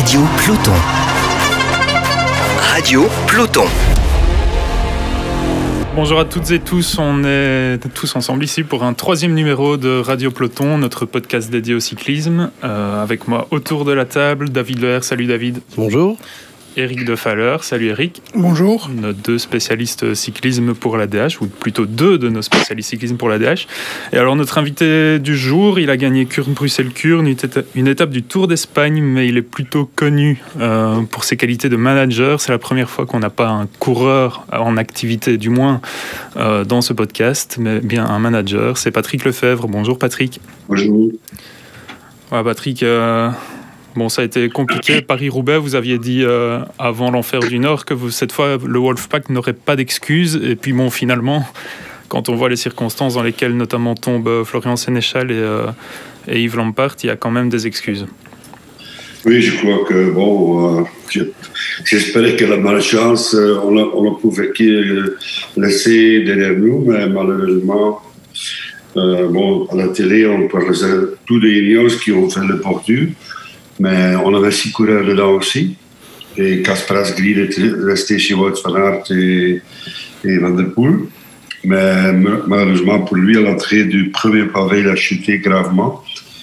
Radio Peloton. Radio Peloton. Bonjour à toutes et tous, on est tous ensemble ici pour un 3e numéro de Radio Peloton, notre podcast dédié au cyclisme. Avec moi autour de la table, David Leher, salut David. Bonjour. Eric Defaleur, salut Eric. Bonjour. Nos 2 spécialistes cyclisme pour l'ADH, ou plutôt 2 de nos spécialistes cyclisme pour l'ADH. Et alors notre invité du jour, il a gagné Kurn-Bruxelles-Kurn, une étape du Tour d'Espagne, mais il est plutôt connu pour ses qualités de manager. C'est la première fois qu'on n'a pas un coureur en activité, du moins dans ce podcast, mais bien un manager. C'est Patrick Lefebvre. Bonjour Patrick. Bonjour. Ouais, Patrick... Bon, ça a été compliqué. Paris-Roubaix, vous aviez dit avant l'Enfer du Nord que cette fois, le Wolfpack n'aurait pas d'excuses. Et puis bon, finalement, quand on voit les circonstances dans lesquelles notamment tombent Florian Sénéchal et Yves Lampaert, il y a quand même des excuses. Oui, je crois que, j'espérais que la malchance, on pouvait laisser derrière nous, mais malheureusement, à la télé, on parlait tous des Ineos qui ont fait le portu. Mais on avait 6 coureurs dedans aussi. Et Kasper Asgreen est resté chez Wout van Aert et Van der Poel. Mais malheureusement pour lui, à l'entrée du premier pavé, il a chuté gravement.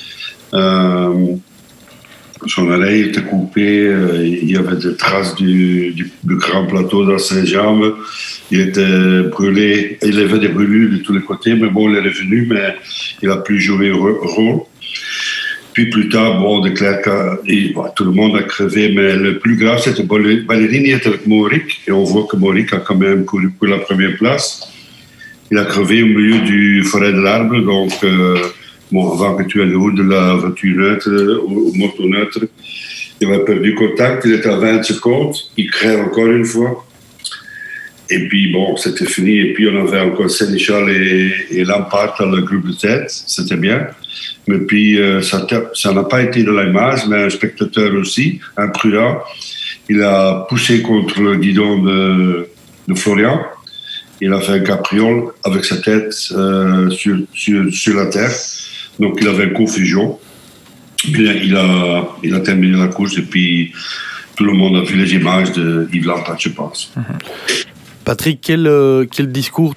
Son oreille était coupée. Il y avait des traces du grand plateau dans ses jambes. Il était brûlé. Il avait des brûlures de tous les côtés. Mais bon, il est revenu, mais il n'a plus joué rôle. Puis plus tard, on déclare que tout le monde a crevé, mais le plus grave, c'était Ballerini était avec Mohoric, et on voit que Mohoric a quand même couru pour la première place. Il a crevé au milieu du forêt de l'arbre, donc avant que tu aies le haut de la voiture neutre, ou moto neutre, il avait perdu contact, il était à 20 secondes, il crève encore une fois. Et puis c'était fini, et puis on avait encore Sénéchal et Lampaert dans le groupe de tête, c'était bien. Mais puis, ça n'a pas été de l'image, mais un spectateur aussi, imprudent. Il a poussé contre le guidon de Florian. Il a fait un capriole avec sa tête sur la terre. Donc, il avait une confusion. Puis, il a terminé la course et puis tout le monde a vu les images de Yves Lampaert, je pense. Patrick, quel discours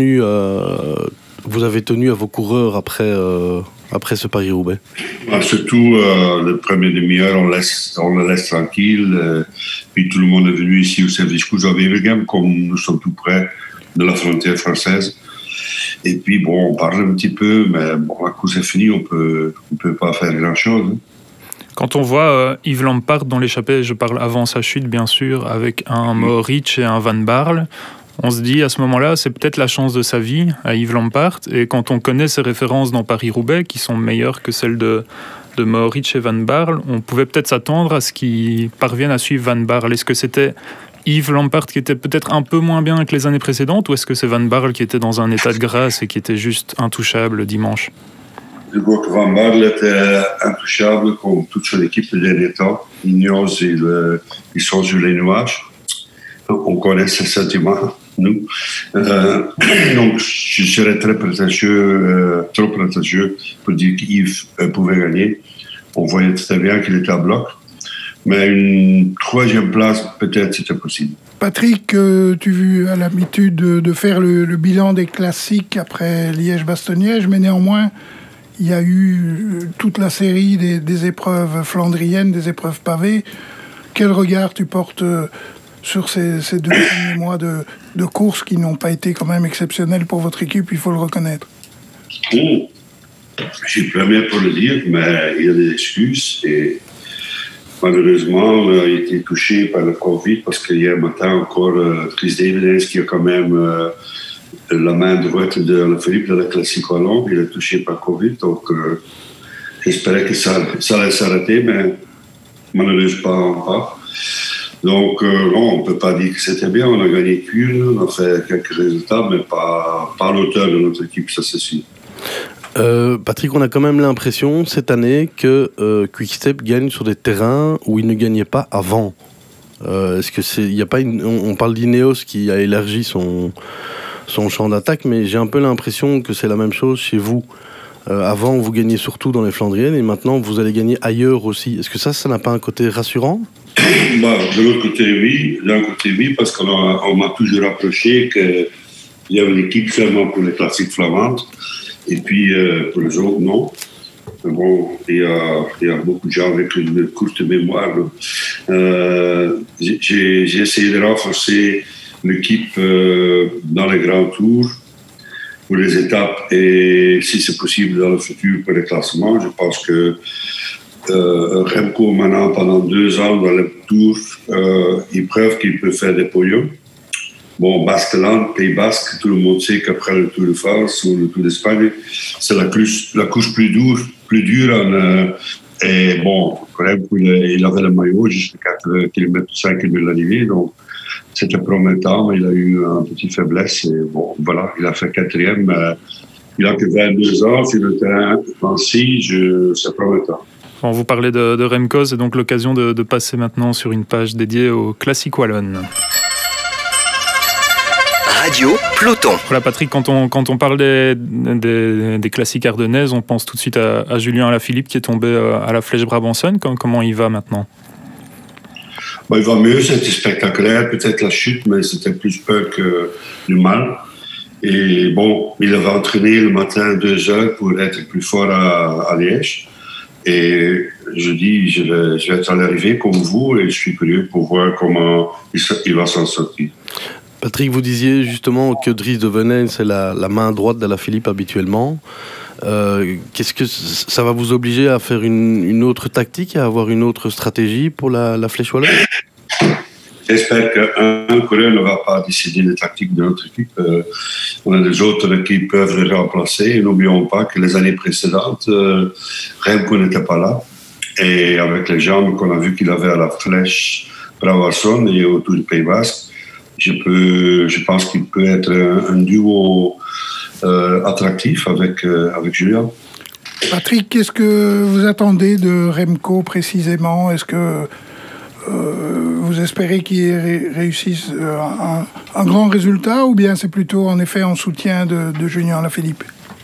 vous avez tenu à vos coureurs après ce Paris-Roubaix? Surtout le premier demi-heure, on le laisse tranquille. Puis tout le monde est venu ici au service Cousin-Wevelgem, comme nous sommes tout près de la frontière française. Et puis on parle un petit peu, mais la course est finie, on peut pas faire grand-chose. Hein. Quand on voit Yves Lampaert dans l'échappée, je parle avant sa chute bien sûr, avec un Mohoric et un Van Baarle, on se dit à ce moment-là, c'est peut-être la chance de sa vie à Yves Lampaert. Et quand on connaît ses références dans Paris-Roubaix, qui sont meilleures que celles de Mohoric et Van Baarle, on pouvait peut-être s'attendre à ce qu'il parvienne à suivre Van Baarle. Est-ce que c'était Yves Lampaert qui était peut-être un peu moins bien que les années précédentes, ou est-ce que c'est Van Baarle qui était dans un état de grâce et qui était juste intouchable dimanche? Je crois que Van Baarle était intouchable comme toute son équipe le dernier temps. Ineos, ils sont sur les nuages. On connaît ce sentiment, nous. Donc, je serais trop prétentieux pour dire qu'Yves pouvait gagner. On voyait très bien qu'il était à bloc. Mais une 3e place, peut-être, c'était possible. Patrick, tu as l'habitude de faire le bilan des classiques après Liège-Bastogne-Liège, mais néanmoins, il y a eu toute la série des épreuves flandriennes, des épreuves pavées. Quel regard tu portes sur ces 2 derniers mois de course qui n'ont pas été quand même exceptionnels pour votre équipe, il faut le reconnaître? Je suis le premier pour le dire, mais il y a des excuses. Et malheureusement, on a été touché par le Covid parce qu'hier matin encore, Chris Davidens, qui a quand même la main droite de Philippe de la Classique Wallon, il est touché par Covid. Donc, j'espérais que ça allait s'arrêter, mais malheureusement pas. Donc, non, on ne peut pas dire que c'était bien. On a gagné Kuhn, on a fait quelques résultats, mais pas à l'auteur de notre équipe, ça c'est sûr. Patrick, on a quand même l'impression cette année que Quick-Step gagne sur des terrains où il ne gagnait pas avant. Est-ce que c'est, y a pas on parle d'Ineos qui a élargi son champ d'attaque, mais j'ai un peu l'impression que c'est la même chose chez vous. Avant, vous gagniez surtout dans les Flandriennes et maintenant, vous allez gagner ailleurs aussi. Est-ce que ça n'a pas un côté rassurant? De l'autre côté, oui. D'un côté, oui, parce qu'on m'a toujours approché qu'il y avait une équipe seulement pour les classiques flamandes et puis pour les autres, non. Mais bon, il y a beaucoup de gens avec une courte mémoire. J'ai essayé de renforcer l'équipe dans les grands tours pour les étapes et si c'est possible dans le futur pour les classements. Je pense que Remco maintenant pendant 2 ans dans le tour, il prouve qu'il peut faire des podiums. Bon, Baskeland, Pays Basque, tout le monde sait qu'après le Tour de France ou le Tour d'Espagne, c'est la couche plus dure. Et bon, Remco, il avait le maillot jusqu'à 4 km 5 de l'arrivée, donc c'était promettant, mais il a eu une petite faiblesse. Et bon, voilà, il a fait 4e. Il a que 22 ans, sur le terrain ainsi, c'est promettant. Bon, vous parlez de Remco, c'est donc l'occasion de passer maintenant sur une page dédiée au Classic Wallon. Radio Peloton. Voilà Patrick, quand on parle des classiques ardennaises, on pense tout de suite à Julien Alaphilippe qui est tombé à la Flèche Brabançonne. Comment il va maintenant? Il va mieux, c'était spectaculaire, peut-être la chute, mais c'était plus peur que du mal. Et bon, il avait entraîné le matin 2 heures pour être plus fort à Liège. Et je dis, je vais être à l'arrivée comme vous et je suis curieux pour voir comment il va s'en sortir. Patrick, vous disiez justement que Dries de Venel, c'est la main droite d'Alaphilippe habituellement. Qu'est-ce que ça va vous obliger à faire une autre tactique, à avoir une autre stratégie pour la Flèche Wallonne? J'espère qu'un coureur ne va pas décider des tactiques de notre équipe. On a des autres qui peuvent le remplacer. Et n'oublions pas que les années précédentes, Remco n'était pas là. Et avec les jambes qu'on a vu qu'il avait à la Flèche Brabançonne et autour du Pays Basque, je pense qu'il peut être un duo attractif avec Julien. Patrick, qu'est-ce que vous attendez de Remco précisément? Est-ce que vous espérez qu'il réussisse un grand résultat ou bien c'est plutôt en effet en soutien de Julien Alaphilippe?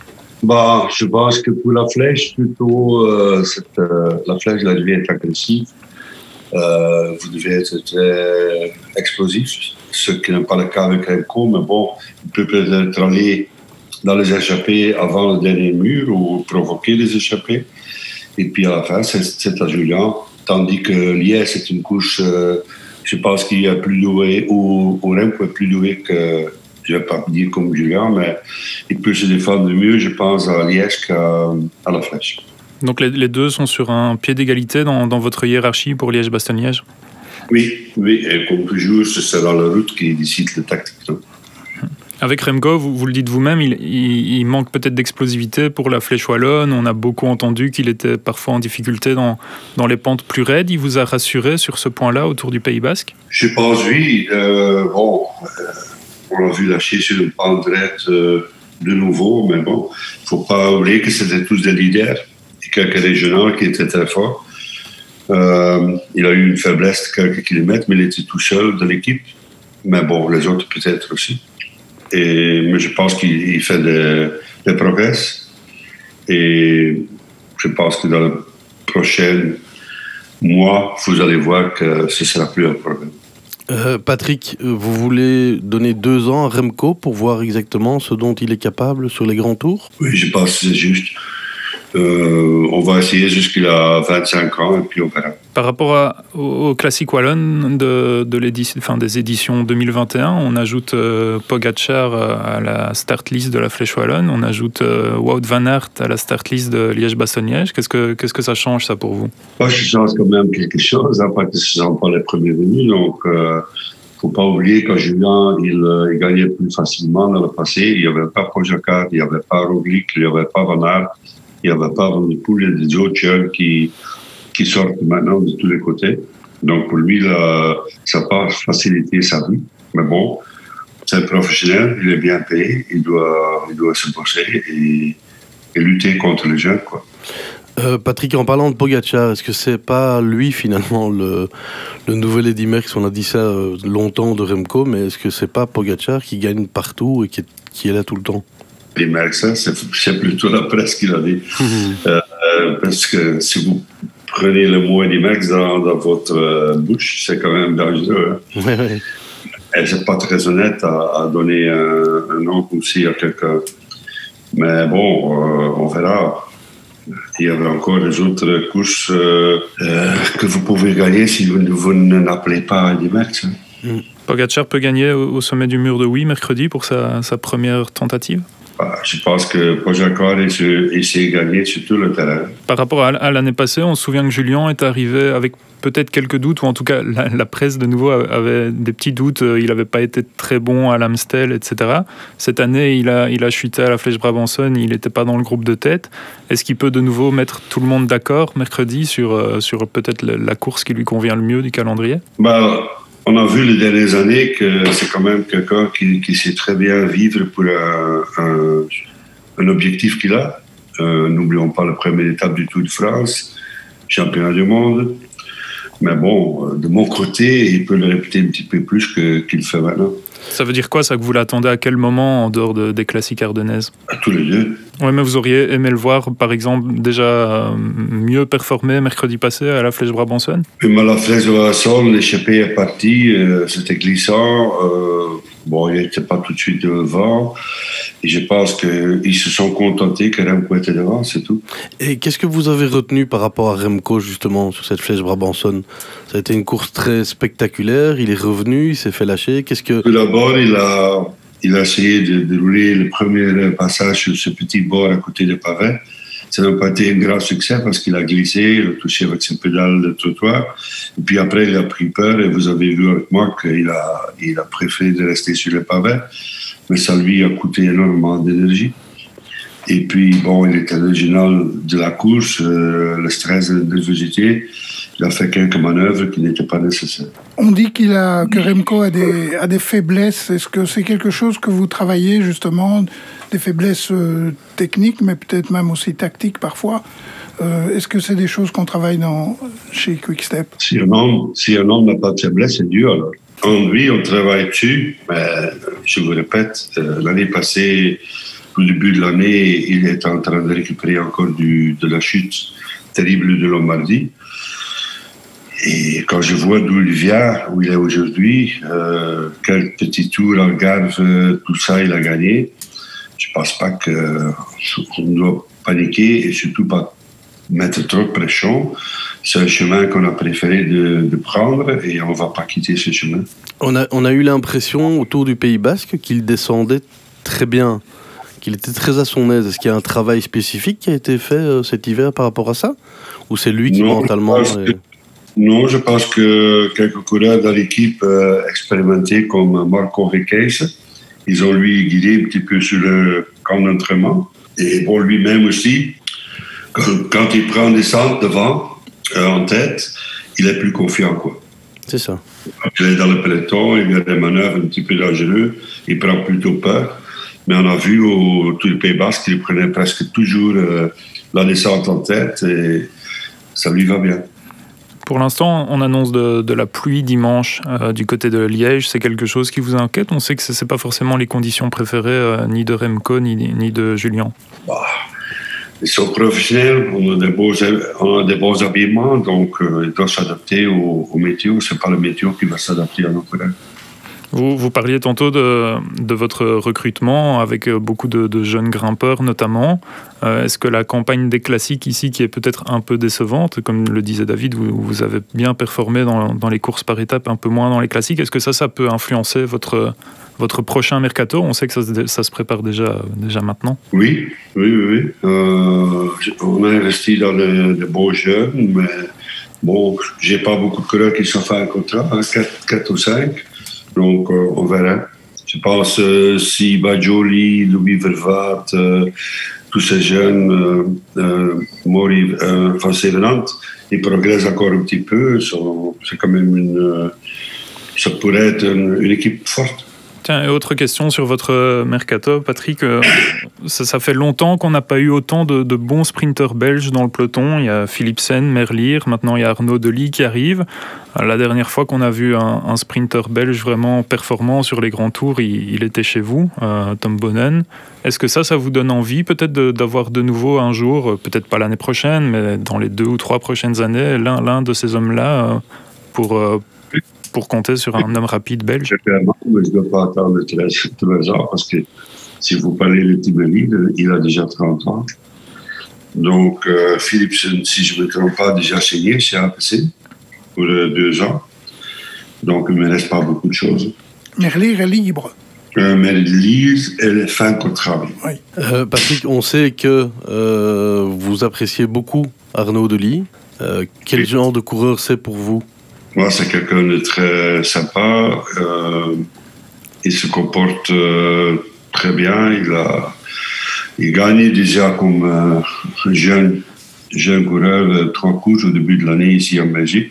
Je pense que pour la Flèche, plutôt, la Flèche devait être agressive. Vous devez être très explosif, ce qui n'est pas le cas avec Remco, mais bon, il peut peut-être aller dans les échappées avant le dernier mur ou provoquer les échappées. Et puis à la fin, c'est à Julien. Tandis que Liège, c'est une couche, je pense qu'il y a plus doué, ou Remco est plus doué que, je ne vais pas dire comme Julien, mais il peut se défendre mieux, je pense, à Liège qu'à la Flèche. Donc les deux sont sur un pied d'égalité dans votre hiérarchie pour Liège-Bastogne-Liège? Oui, et comme toujours, c'est dans la route qui décide le tactique. Avec Remco, vous le dites vous-même, il manque peut-être d'explosivité pour la Flèche Wallonne. On a beaucoup entendu qu'il était parfois en difficulté dans les pentes plus raides. Il vous a rassuré sur ce point-là autour du Pays Basque? Je pense oui. On l'a vu lâcher sur une pente raide de nouveau, mais bon, il ne faut pas oublier que c'était tous des leaders. Et quelques régionaux qui étaient très forts. Il a eu une faiblesse de quelques kilomètres, mais il était tout seul de l'équipe. Mais bon, les autres peut-être aussi. Mais je pense qu'il fait des progrès. Et je pense que dans le prochain mois, vous allez voir que ce ne sera plus un problème. Patrick, vous voulez donner 2 ans à Remco pour voir exactement ce dont il est capable sur les grands tours? Oui, je pense que c'est juste. On va essayer jusqu'il a 25 ans et puis on verra. Par rapport au Classic Wallon des éditions 2021, on ajoute Pogačar à la start list de la Flèche Wallonne, on ajoute Wout van Aert à la start list de Liège-Bastogne-Liège. Qu'est-ce que ça change ça pour vous? Ça change quand même quelque chose, parce que ce ne sont pas les premiers venus, donc il ne faut pas oublier que Julien il gagnait plus facilement dans le passé. Il n'y avait pas Pogačar, il n'y avait pas Roglic, il n'y avait pas Van Aert. Il n'y avait pas Van der Poel et des autres jeunes qui sortent maintenant de tous les côtés. Donc pour lui, ça n'a pas facilité sa vie. Mais bon, c'est un professionnel, il est bien payé, il doit se bosser et lutter contre les jeunes, quoi. Patrick, en parlant de Pogačar, est-ce que c'est pas lui finalement le nouvel Eddy Merckx? On a dit ça longtemps de Remco, mais est-ce que c'est pas Pogačar qui gagne partout et qui est là tout le temps? Les Merckx, c'est plutôt la presse qui l'a dit. Parce que si vous prenez le mot Eddy Merckx dans votre bouche, c'est quand même dangereux. Hein? Ouais. Et c'est pas très honnête à donner un nom comme si à quelqu'un. Mais bon, on verra. Il y avait encore les autres courses que vous pouvez gagner si vous n'appelez pas Eddy Merckx. Hein? Pogačar peut gagner au sommet du mur de Huy mercredi pour sa première tentative. Je pense que Pogačar essaie de gagner sur tout le terrain. Par rapport à l'année passée, on se souvient que Julien est arrivé avec peut-être quelques doutes, ou en tout cas la presse de nouveau avait des petits doutes. Il n'avait pas été très bon à l'Amstel, etc. Cette année, il a chuté à la Flèche Brabançonne, il n'était pas dans le groupe de tête. Est-ce qu'il peut de nouveau mettre tout le monde d'accord mercredi sur peut-être la course qui lui convient le mieux du calendrier? On a vu les dernières années que c'est quand même quelqu'un qui sait très bien vivre pour un objectif qu'il a. N'oublions pas la première étape du Tour de France, championnat du monde. Mais bon, de mon côté, il peut le répéter un petit peu plus qu'il fait maintenant. Ça veut dire quoi, ça, que vous l'attendez à quel moment en dehors des classiques ardennaises? À tous les deux. Oui, mais vous auriez aimé le voir, par exemple, déjà mieux performer mercredi passé à la Flèche Brabançonne? Mais la Flèche Brabançonne, l'échappée est partie, c'était glissant. Il n'était pas tout de suite devant. Et je pense qu'ils se sont contentés que Remco était devant, c'est tout. Et qu'est-ce que vous avez retenu par rapport à Remco, justement, sur cette Flèche Brabançonne? Ça a été une course très spectaculaire, il est revenu, il s'est fait lâcher. Tout d'abord, il a essayé de rouler le premier passage sur ce petit bord à côté des pavés. Ça n'a pas été un grand succès parce qu'il a glissé, il a touché avec ses pédales de trottoir. Et puis après, il a pris peur et vous avez vu avec moi qu'il a préféré de rester sur les pavés. Mais ça lui a coûté énormément d'énergie. Et puis, il était original de la course, le stress, la nervosité. Il a fait quelques manœuvres qui n'étaient pas nécessaires. On dit que Remco a des faiblesses. Est-ce que c'est quelque chose que vous travaillez justement, des faiblesses techniques, mais peut-être même aussi tactiques parfois? Est-ce que c'est des choses qu'on travaille chez Quick-Step? Si un homme n'a pas de faiblesse, c'est dur alors. En lui, on travaille dessus, mais je vous répète, l'année passée, au début de l'année, il est en train de récupérer encore de la chute terrible de Lombardie. Et quand je vois d'où il vient, où il est aujourd'hui, quel petit tour, Algarve, tout ça, il a gagné, je ne pense pas qu'on doit paniquer et surtout pas mettre trop de pression. C'est un chemin qu'on a préféré de prendre et on ne va pas quitter ce chemin. On a eu l'impression autour du Pays Basque qu'il descendait très bien, qu'il était très à son aise. Est-ce qu'il y a un travail spécifique qui a été fait cet hiver par rapport à ça? Ou c'est lui qui mentalement... Non, je pense que quelques coureurs dans l'équipe expérimentés comme Marco Riquez, ils ont lui guidé un petit peu sur le camp d'entraînement. Et lui-même aussi, quand il prend des centres devant, en tête, il est plus confiant, quoi. C'est ça. Quand il est dans le peloton, il y a des manœuvres un petit peu dangereuses, il prend plutôt peur. Mais on a vu au Tour du Pays Basque qu'il prenait presque toujours la descente en tête et ça lui va bien. Pour l'instant, on annonce de la pluie dimanche du côté de Liège. C'est quelque chose qui vous inquiète? On sait que ce n'est pas forcément les conditions préférées ni de Remco ni de Julien. Ils sont professionnels, on a des bons habillements, donc ils doivent s'adapter au météo. Ce n'est pas le météo qui va s'adapter à nos collègues. Vous parliez tantôt de votre recrutement avec beaucoup de jeunes grimpeurs notamment. Est-ce que la campagne des classiques ici, qui est peut-être un peu décevante, comme le disait David, vous avez bien performé dans les courses par étapes, un peu moins dans les classiques. Est-ce que ça peut influencer votre prochain mercato? On sait que ça se prépare déjà maintenant. Oui. On a investi dans de beaux jeunes, mais j'ai pas beaucoup de coureurs qui sont fait un contrat, 4 ou 5. Donc, on verra. Je pense si Bajoli, Louis Vervaat, tous ces jeunes, Maury, Sévenant, ils progressent encore un petit peu. C'est quand même ça pourrait être une équipe forte. Tiens, et autre question sur votre mercato, Patrick. Ça fait longtemps qu'on n'a pas eu autant de bons sprinteurs belges dans le peloton. Il y a Philipsen, Merlier, maintenant il y a Arnaud Delis qui arrive. La dernière fois qu'on a vu un sprinter belge vraiment performant sur les grands tours, il était chez vous, Tom Bonnen. Est-ce que ça vous donne envie peut-être d'avoir de nouveau un jour, peut-être pas l'année prochaine, mais dans les 2 ou 3 prochaines années, l'un de ces hommes-là pour compter sur un homme rapide belge? Clairement, mais je ne dois pas attendre 13 ans parce que si vous parlez de Tibeli, il a déjà 30 ans. Donc, Philipsen, si je ne me trompe pas, déjà signé chez APC pour 2 ans. Donc, il ne me reste pas beaucoup de choses. Merlier est libre. Merlier, elle est fin contrat. Oui. Patrick, on sait que vous appréciez beaucoup Arnaud Delis. Quel genre de coureur c'est pour vous? Moi, c'est quelqu'un de très sympa. Il se comporte très bien. Il gagne déjà comme jeune coureur 3 courses au début de l'année ici en Belgique.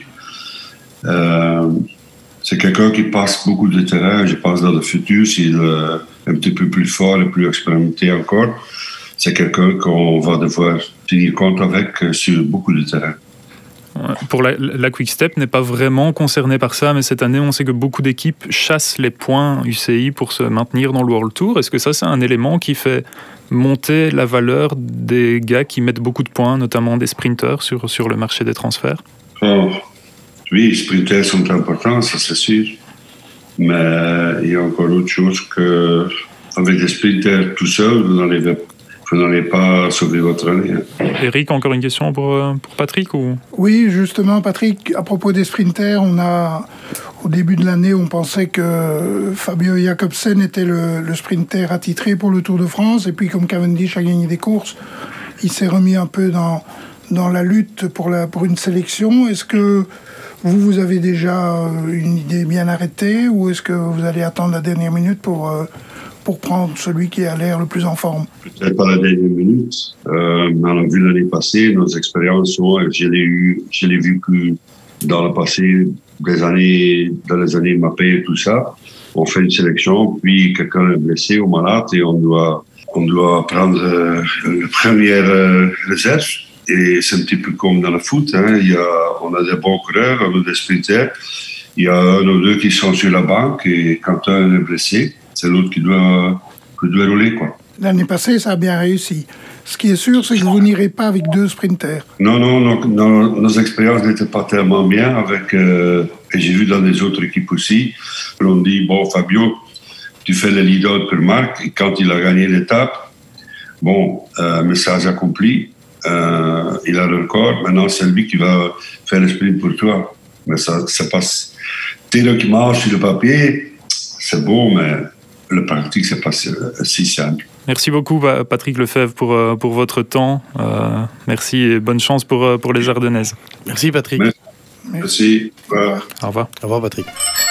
C'est quelqu'un qui passe beaucoup de terrain. Je pense dans le futur, s'il est un petit peu plus fort et plus expérimenté encore, c'est quelqu'un qu'on va devoir tenir compte avec sur beaucoup de terrain. Pour la Quick Step n'est pas vraiment concernée par ça, mais cette année, on sait que beaucoup d'équipes chassent les points UCI pour se maintenir dans le World Tour. Est-ce que ça, c'est un élément qui fait monter la valeur des gars qui mettent beaucoup de points, notamment des sprinters, sur le marché des transferts? Oui, les sprinters sont importants, ça c'est sûr. Mais il y a encore autre chose qu'avec des sprinters tout seul, vous n'allez pas sauver votre année. Eric, encore une question pour Patrick ou... Oui, justement, Patrick, à propos des sprinters, au début de l'année, on pensait que Fabio Jakobsen était le sprinter attitré pour le Tour de France. Et puis, comme Cavendish a gagné des courses, il s'est remis un peu dans la lutte pour une sélection. Est-ce que vous avez déjà une idée bien arrêtée ou est-ce que vous allez attendre la dernière minute pour prendre celui qui a l'air le plus en forme? Peut-être pas la dernière minute, mais on a vu l'année passée, nos expériences, je l'ai vécu dans le passé, dans les années Mappé et tout ça. On fait une sélection, puis quelqu'un est blessé ou malade et on doit prendre la première réserve. Et c'est un petit peu comme dans le foot, hein. On a des bons coureurs, on a des sprinters. Il y a 1 ou 2 qui sont sur la banque et quand un est blessé, c'est l'autre qui doit rouler, quoi. L'année passée, ça a bien réussi. Ce qui est sûr, c'est que vous n'irez pas avec 2 sprinters. Non, nos expériences n'étaient pas tellement bien et j'ai vu dans les autres équipes aussi. On dit, bon, Fabio, tu fais le leader pour Marc et quand il a gagné l'étape, bon, message accompli. Il a le record, maintenant c'est lui qui va faire le sprint pour toi. Mais ça passe. Théoriquement, sur le papier, c'est beau, mais le pratique, c'est pas si simple. Merci beaucoup, Patrick Lefebvre, pour votre temps. Merci et bonne chance pour les Ardennaises. Merci, Patrick. Merci. Au revoir. Au revoir, Patrick.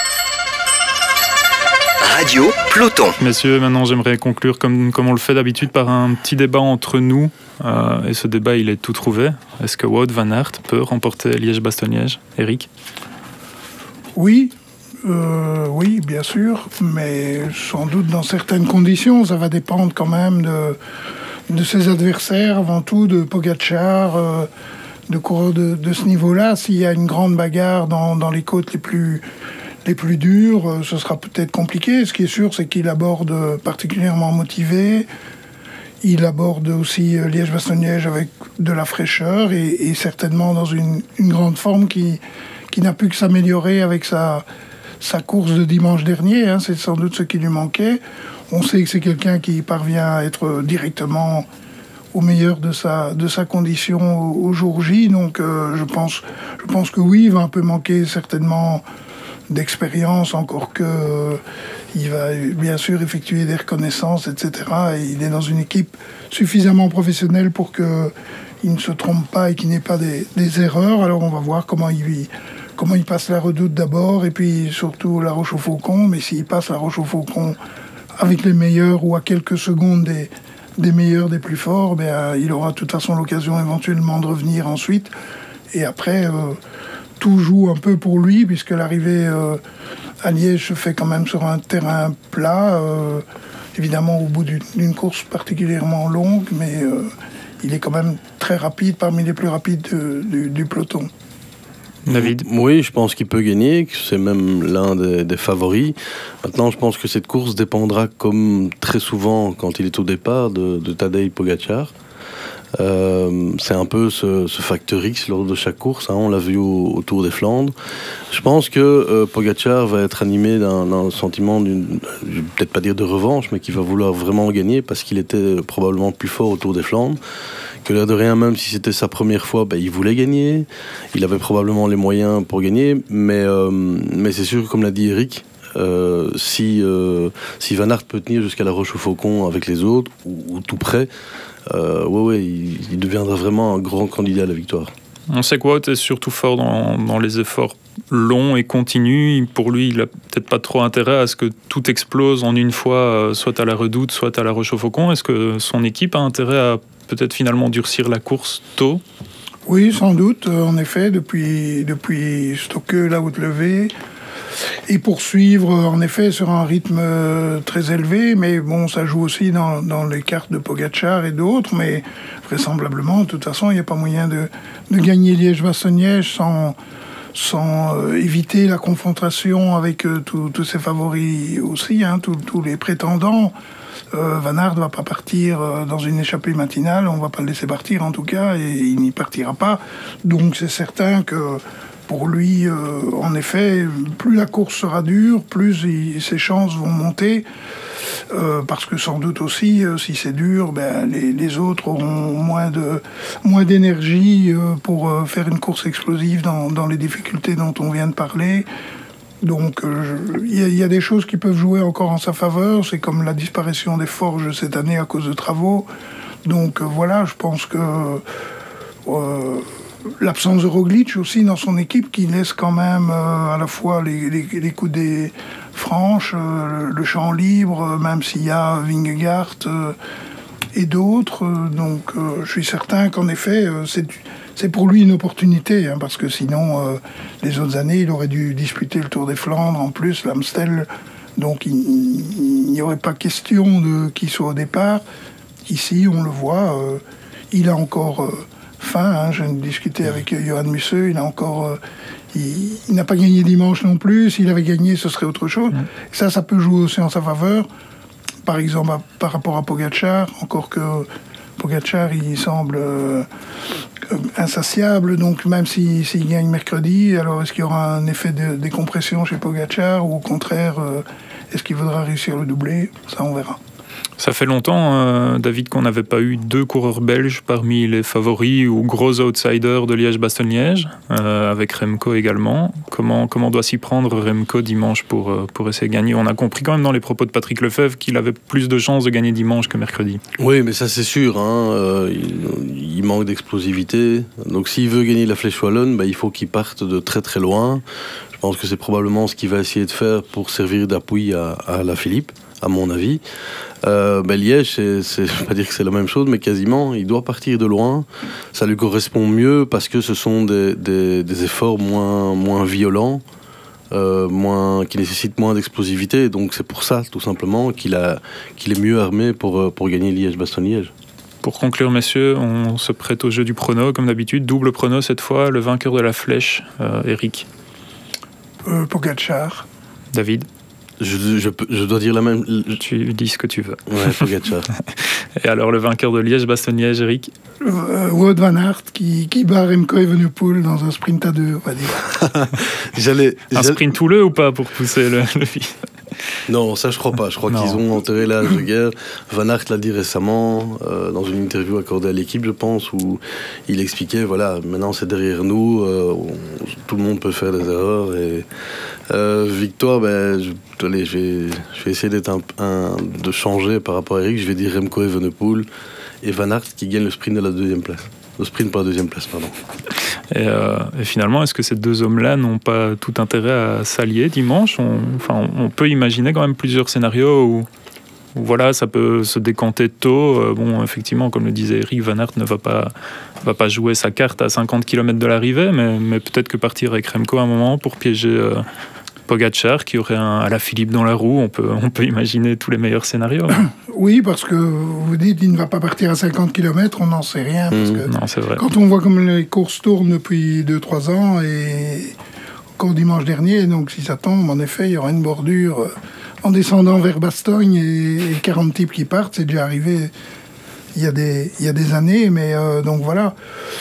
Radio Peloton. Messieurs, maintenant j'aimerais conclure comme on le fait d'habitude par un petit débat entre nous. Et ce débat, il est tout trouvé. Est-ce que Wout van Aert peut remporter Liège-Bastogne-Liège? Eric? Oui, bien sûr, mais sans doute dans certaines conditions. Ça va dépendre quand même de ses adversaires, avant tout de Pogačar, de coureurs de ce niveau-là. S'il y a une grande bagarre dans les côtes les plus dures, ce sera peut-être compliqué. Ce qui est sûr, c'est qu'il aborde particulièrement motivé. Il aborde aussi Liège-Bastogne-Liège avec de la fraîcheur et certainement dans une grande forme qui n'a pu que s'améliorer avec sa course de dimanche dernier. Hein. C'est sans doute ce qui lui manquait. On sait que c'est quelqu'un qui parvient à être directement au meilleur de sa condition au jour J. Donc je pense que oui, il va un peu manquer certainement d'expérience, encore que il va bien sûr effectuer des reconnaissances, etc. Et il est dans une équipe suffisamment professionnelle pour qu'il ne se trompe pas et qu'il n'ait pas des erreurs. Alors on va voir comment il passe la Redoute d'abord et puis surtout la Roche-au-Faucon. Mais s'il passe la Roche-au-Faucon avec les meilleurs ou à quelques secondes des meilleurs, des plus forts, il aura de toute façon l'occasion éventuellement de revenir ensuite. Et après... tout joue un peu pour lui, puisque l'arrivée à Liège se fait quand même sur un terrain plat, évidemment au bout d'une course particulièrement longue, mais il est quand même très rapide, parmi les plus rapides du peloton. David? Oui, je pense qu'il peut gagner, que c'est même l'un des favoris. Maintenant, je pense que cette course dépendra, comme très souvent quand il est au départ, de Tadej Pogačar. C'est un peu ce facteur X lors de chaque course, hein, on l'a vu au Tour des Flandres. Je pense que Pogačar va être animé d'un sentiment je vais peut-être pas dire de revanche, mais qu'il va vouloir vraiment gagner parce qu'il était probablement plus fort au Tour des Flandres. Que l'air de rien, même si c'était sa première fois, il voulait gagner. Il avait probablement les moyens pour gagner, mais c'est sûr, comme l'a dit Eric, si Van Aert peut tenir jusqu'à la Roche-au-Faucon avec les autres, ou tout près, il deviendra vraiment un grand candidat à la victoire. On sait que Wout est surtout fort dans les efforts longs et continus. Pour lui, il n'a peut-être pas trop intérêt à ce que tout explose en une fois, soit à la Redoute, soit à la Roche-au-Faucon. Est-ce que son équipe a intérêt à peut-être finalement durcir la course tôt? Oui, sans doute. En effet, depuis Stokke, la Haute-Levée, et poursuivre en effet sur un rythme très élevé, mais bon, ça joue aussi dans les cartes de Pogačar et d'autres, mais vraisemblablement, de toute façon, il n'y a pas moyen de gagner Liège-Bastogne-Liège sans éviter la confrontation avec tous ses favoris aussi, hein, tous les prétendants. Van Aert ne va pas partir dans une échappée matinale, on ne va pas le laisser partir en tout cas, et il n'y partira pas. Donc c'est certain que pour lui, en effet, plus la course sera dure, plus ses chances vont monter. Parce que sans doute aussi, si c'est dur, les autres auront moins d'énergie pour faire une course explosive dans les difficultés dont on vient de parler. Donc il y a des choses qui peuvent jouer encore en sa faveur. C'est comme la disparition des forges cette année à cause de travaux. Donc voilà, je pense que l'absence de Roglic aussi dans son équipe qui laisse quand même à la fois les coudées franches, le champ libre, même s'il y a Vingegaard et d'autres. Donc je suis certain qu'en effet c'est pour lui une opportunité, hein, parce que sinon les autres années il aurait dû disputer le Tour des Flandres, en plus l'Amstel, donc il n'y aurait pas question qu'il soit au départ. Ici on le voit, il a encore faim, hein, je discutais avec Johan Musseux, il n'a pas gagné dimanche non plus. S'il avait gagné, ce serait autre chose. Ça peut jouer aussi en sa faveur. Par exemple, par rapport à Pogačar, encore que Pogačar, il semble insatiable. Donc même s'il gagne mercredi, alors est-ce qu'il y aura un effet de décompression chez Pogačar, ou au contraire, est-ce qu'il voudra réussir le doublé? Ça, on verra. Ça fait longtemps, David, qu'on n'avait pas eu deux coureurs belges parmi les favoris ou gros outsiders de Liège-Bastogne-Liège, avec Remco également. Comment doit s'y prendre Remco dimanche pour essayer de gagner? On a compris quand même dans les propos de Patrick Lefebvre qu'il avait plus de chances de gagner dimanche que mercredi. Oui, mais ça c'est sûr, hein, il manque d'explosivité. Donc s'il veut gagner la Flèche Wallonne, il faut qu'il parte de très très loin. Je pense que c'est probablement ce qu'il va essayer de faire pour servir d'appui à Alaphilippe, à mon avis. Liège, je ne vais pas dire que c'est la même chose, mais quasiment, il doit partir de loin. Ça lui correspond mieux parce que ce sont des efforts moins violents, qui nécessitent moins d'explosivité. Donc c'est pour ça, tout simplement, qu'il est mieux armé pour gagner Liège-Bastogne-Liège. Pour conclure, messieurs, on se prête au jeu du prono, comme d'habitude. Double prono cette fois, le vainqueur de la Flèche, Eric. Pogačar. David. Je dois dire la même. Tu dis ce que tu veux. Ouais, Pogačar. Et alors le vainqueur de Liège-Bastogne-Liège, Eric? Wout van Aert qui bat Remco Evenepoel dans un sprint à deux, on va dire. Un sprint houleux ou pas pour pousser le fils? Non, ça je crois pas. Je crois qu'ils ont enterré l'âge de guerre. Van Aert l'a dit récemment dans une interview accordée à l'équipe, je pense, où il expliquait, voilà, maintenant c'est derrière nous, tout le monde peut faire des erreurs. Et victoire, je vais essayer de changer par rapport à Eric. Je vais dire Remco Evenepoel et Van Aert qui gagne le sprint de la deuxième place. Le sprint pour la deuxième place, pardon. Et finalement, est-ce que ces deux hommes-là n'ont pas tout intérêt à s'allier dimanche? On peut imaginer quand même plusieurs scénarios où voilà, ça peut se décanter tôt. Effectivement, comme le disait Eric, Van Aert ne va pas jouer sa carte à 50 km de l'arrivée, mais peut-être que partir avec Remco à un moment pour piéger Pogačar qui aurait un Alaphilippe dans la roue. On peut imaginer tous les meilleurs scénarios. Oui, parce que vous dites il ne va pas partir à 50 km, on n'en sait rien. Parce que Non, c'est vrai. quand on voit comme les courses tournent depuis 2-3 ans, et encore dimanche dernier, donc si ça tombe, en effet, il y aura une bordure en descendant vers Bastogne et 40 types qui partent. C'est déjà arrivé il y a des années, mais donc voilà.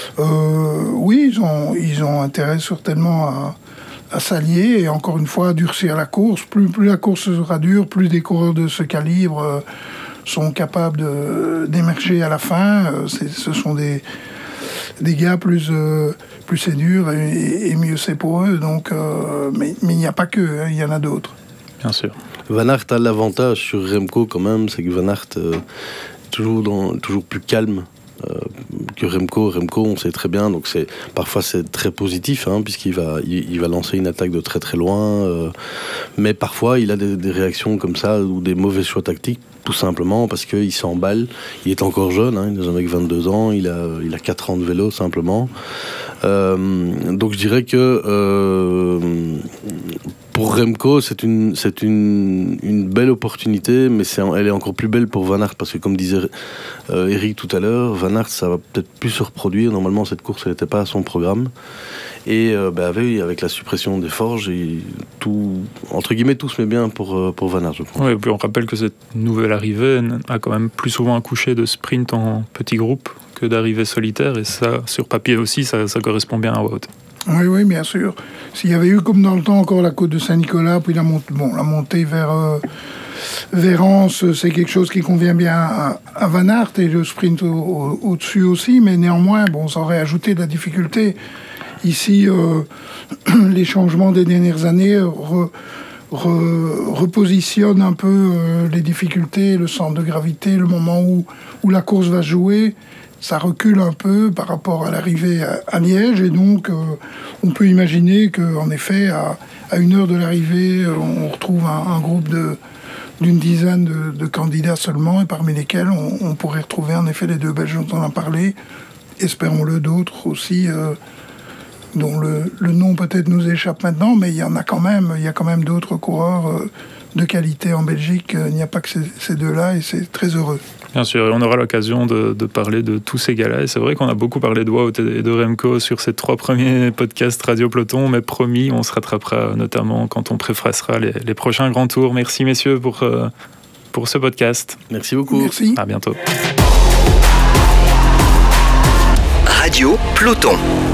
Oui, ils ont intérêt certainement à s'allier et encore une fois à durcir la course. Plus la course sera dure, plus des coureurs de ce calibre sont capables d'émerger à la fin. Ce sont des gars plus c'est dur et mieux c'est pour eux. Donc, mais il n'y a pas que, il y en a d'autres. Bien sûr. Van Aert a l'avantage sur Remco quand même, c'est que Van Aert toujours plus calme que Remco. Remco, on sait très bien, donc parfois c'est très positif, puisqu'il va lancer une attaque de très très loin, mais parfois il a des réactions comme ça ou des mauvais choix tactiques, tout simplement parce qu'il s'emballe. Il est encore jeune, il est un mec 22 ans, il a 4 ans de vélo simplement. Donc je dirais que pour Remco, c'est une belle opportunité, mais elle est encore plus belle pour Van Aert, parce que comme disait Eric tout à l'heure, Van Aert, ça va peut-être plus se reproduire. Normalement, cette course, elle n'était pas à son programme. Et avec la suppression des forges, entre guillemets, tout se met bien pour Van Aert, je crois. Oui, et puis on rappelle que cette nouvelle arrivée a quand même plus souvent accouché de sprint en petits groupes que d'arrivée solitaire, et ça, sur papier aussi, ça correspond bien à Wout. Oui, bien sûr. S'il y avait eu, comme dans le temps, encore la côte de Saint-Nicolas, puis la montée vers Anse, c'est quelque chose qui convient bien à Van Aert, et le sprint au-dessus aussi, mais néanmoins, ça aurait ajouté de la difficulté. Ici, les changements des dernières années repositionnent un peu les difficultés, le centre de gravité, le moment où la course va jouer. Ça recule un peu par rapport à l'arrivée à Liège, et donc on peut imaginer qu'en effet, à 1 heure de l'arrivée, on retrouve un groupe d'une dizaine de candidats seulement, et parmi lesquels on pourrait retrouver en effet les 2 Belges dont on a parlé, espérons-le, d'autres aussi, dont le nom peut-être nous échappe maintenant, mais il y a quand même d'autres coureurs de qualité en Belgique. Il n'y a pas que ces 2-là, et c'est très heureux. Bien sûr, et on aura l'occasion de parler de tous ces gars-là. Et c'est vrai qu'on a beaucoup parlé de Wout et de Remco sur ces 3 premiers podcasts Radio Peloton, mais promis, on se rattrapera notamment quand on préfacera les prochains grands tours. Merci messieurs pour ce podcast. Merci beaucoup. Merci. À bientôt. Radio Peloton.